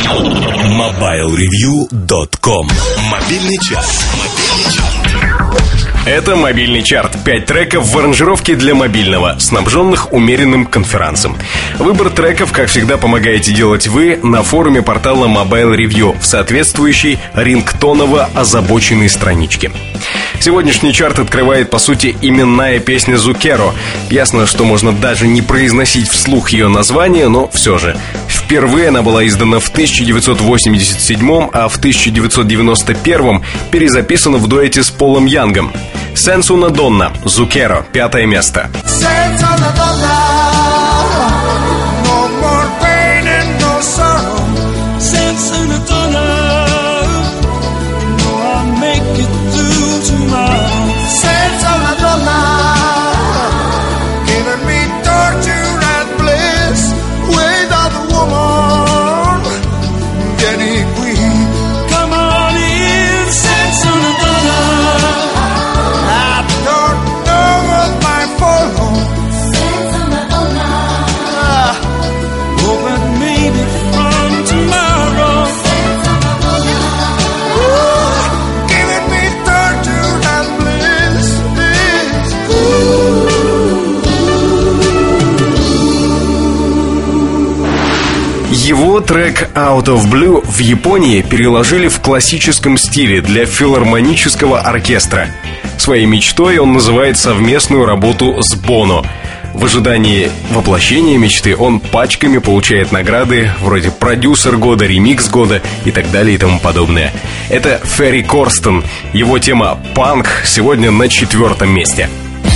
MobileReview.com. Мобильный час. Это мобильный чарт. 5 треков в аранжировке для мобильного, снабженных умеренным конферансом. Выбор треков, как всегда, помогаете делать вы на форуме портала Mobile Review в соответствующей рингтоново озабоченной страничке. Сегодняшний чарт открывает, по сути, именная песня Zucchero. Ясно, что можно даже не произносить вслух ее название, но все же. Впервые она была издана в 1987, а в 1991 перезаписана в дуэте с Полом Янгом. Senza una donna, Zucchero, 5 место. Его трек «Out of Blue» в Японии переложили в классическом стиле для филармонического оркестра. Своей мечтой он называет совместную работу с Боно. В ожидании воплощения мечты он пачками получает награды вроде «Продюсер года», «Ремикс года» и так далее и тому подобное. Это Ферри Корстен. Его тема «Панк» сегодня на 4 месте.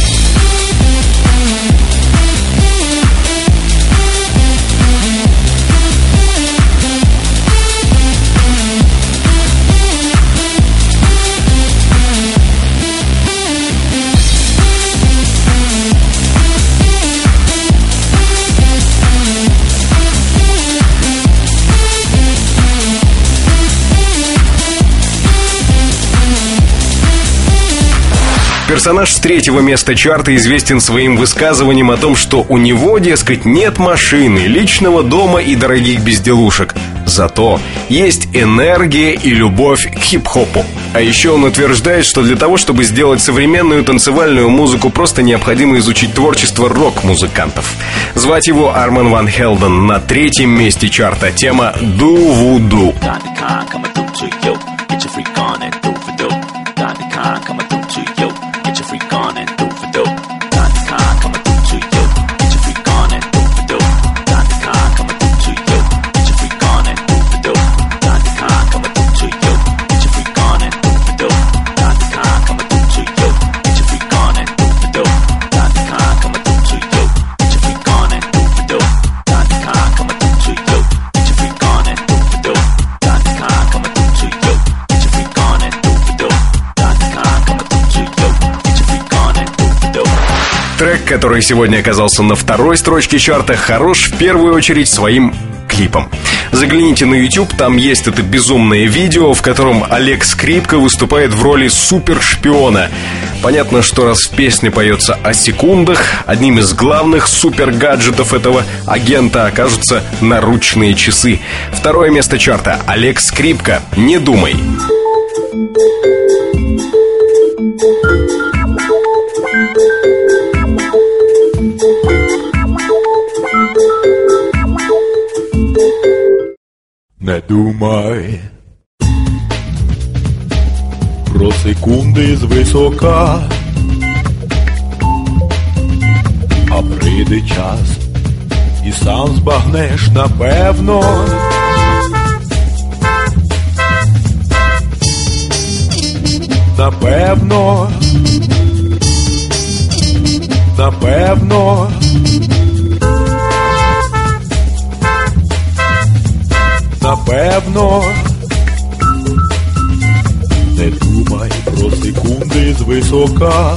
Персонаж с 3-го места чарта известен своим высказыванием о том, что у него, дескать, нет машины, личного дома и дорогих безделушек. Зато есть энергия и любовь к хип-хопу. А еще он утверждает, что для того, чтобы сделать современную танцевальную музыку, просто необходимо изучить творчество рок-музыкантов. Звать его Арман Ван Хелден. На 3-м месте чарта тема «Do Voodoo». Трек, который сегодня оказался на 2-й строчке чарта, хорош в первую очередь своим клипом. Загляните на YouTube, там есть это безумное видео, в котором Олег Скрипка выступает в роли супершпиона. Понятно, что раз в песне поется о секундах, одним из главных супергаджетов этого агента окажутся наручные часы. 2-е место чарта. Олег Скрипка, «Не думай». Не думай про секунди звисока, а прийде час і сам збагнеш напевно. Напевно, напевно. Напевно, не думай про секунди звисока,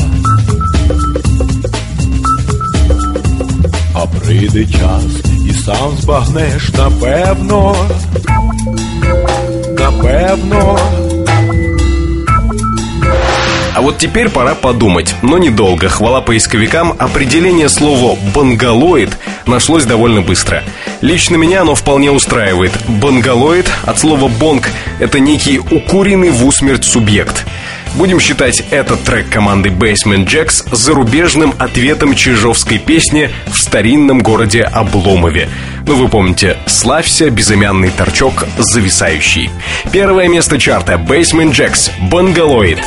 а прийде час і сам збагнеш напевно, напевно. А вот теперь пора подумать, но недолго. Хвала поисковикам, определение слова «бонгалоид» нашлось довольно быстро. Лично меня оно вполне устраивает. Бонгалоид от слова «бонг» — это некий укуренный в усмерть субъект. Будем считать этот трек команды Basement Jaxx зарубежным ответом чижовской песни в старинном городе Обломове. Ну, вы помните, «Славься, безымянный торчок зависающий». Первое место чарта — Basement Jaxx, «Бонгалоид».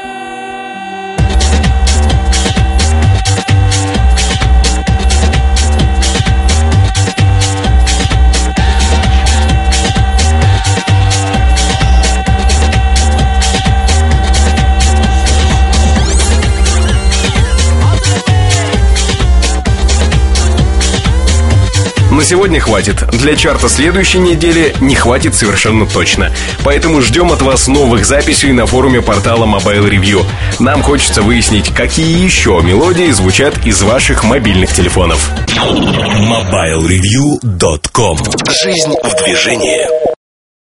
На сегодня хватит. Для чарта следующей недели не хватит совершенно точно. Поэтому ждем от вас новых записей на форуме портала Mobile Review. Нам хочется выяснить, какие еще мелодии звучат из ваших мобильных телефонов. MobileReview.com. Жизнь в движении.